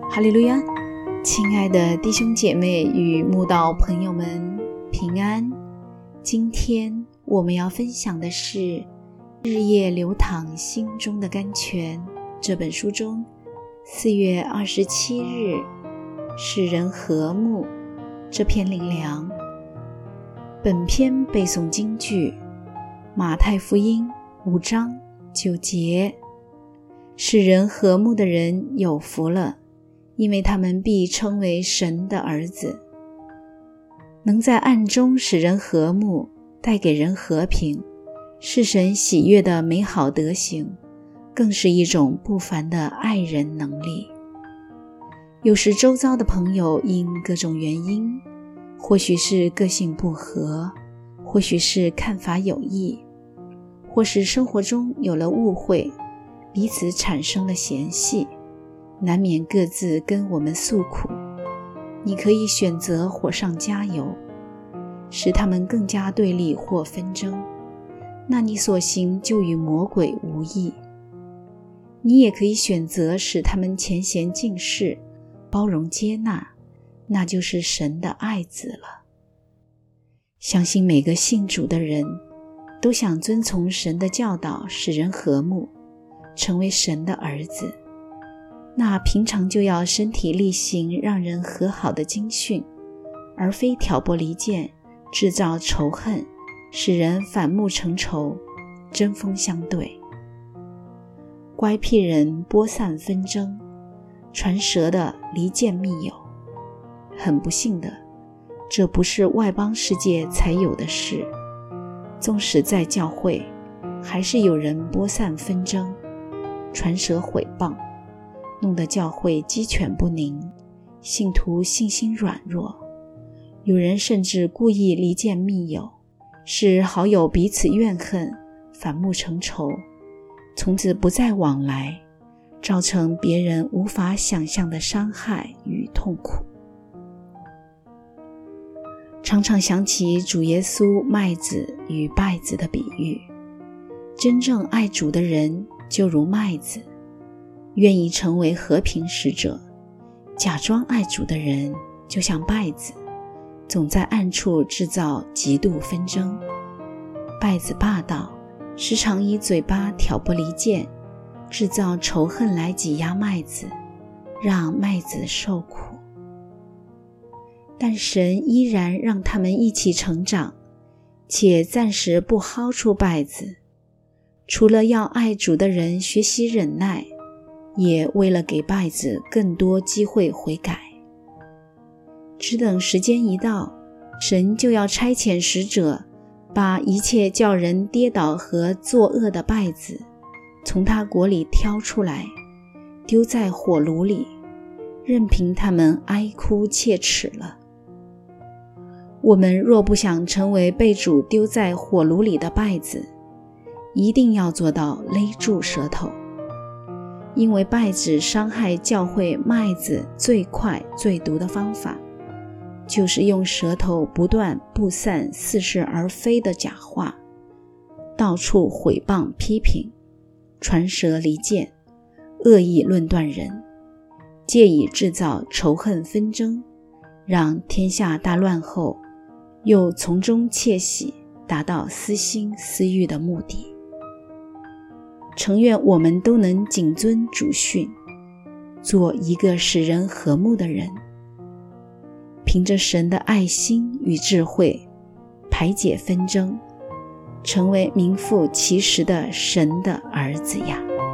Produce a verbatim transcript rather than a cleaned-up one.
哈利路亚，亲爱的弟兄姐妹与慕道朋友们平安。今天我们要分享的是日夜流淌心中的甘泉这本书中四月二十七日使人和睦这篇灵粮。本篇背诵金句马太福音五章九节，使人和睦的人有福了，因为他们必称为神的儿子。能在暗中使人和睦，带给人和平，是神喜悦的美好德行，更是一种不凡的爱人能力。有时周遭的朋友因各种原因，或许是个性不合，或许是看法有异，或是生活中有了误会，彼此产生了嫌隙，难免各自跟我们诉苦。你可以选择火上加油，使他们更加对立或纷争，那你所行就与魔鬼无异。你也可以选择使他们谦贤敬事，包容接纳，那就是神的爱子了。相信每个信主的人都想遵从神的教导，使人和睦，成为神的儿子。那平常就要身体力行让人和好的经训，而非挑拨离间，制造仇恨，使人反目成仇，针锋相对。乖僻人播散纷争，传舌的离间密友。很不幸的，这不是外邦世界才有的事，纵使在教会，还是有人播散纷争，传舌毁谤，弄得教会鸡犬不宁，信徒信心软弱。有人甚至故意离间密友，使好友彼此怨恨，反目成仇，从此不再往来，造成别人无法想象的伤害与痛苦。常常想起主耶稣麦子与稗子的比喻，真正爱主的人就如麦子，愿意成为和平使者；假装爱主的人就像稗子，总在暗处制造极度纷争。稗子霸道，时常以嘴巴挑拨离间，制造仇恨来挤压麦子，让麦子受苦。但神依然让他们一起成长，且暂时不薅出稗子，除了要爱主的人学习忍耐，也为了给稗子更多机会悔改。只等时间一到，神就要差遣使者，把一切叫人跌倒和作恶的稗子从他国里挑出来，丢在火炉里，任凭他们哀哭切齿了。我们若不想成为被主丢在火炉里的稗子，一定要做到勒住舌头。因为稗子伤害教会麦子最快最毒的方法，就是用舌头不断布散似是而非的假话，到处毁谤批评，传舌离间，恶意论断人，借以制造仇恨纷争，让天下大乱后又从中窃喜，达到私心私欲的目的。诚愿我们都能谨遵主训，做一个使人和睦的人，凭着神的爱心与智慧排解纷争，成为名副其实的神的儿子呀。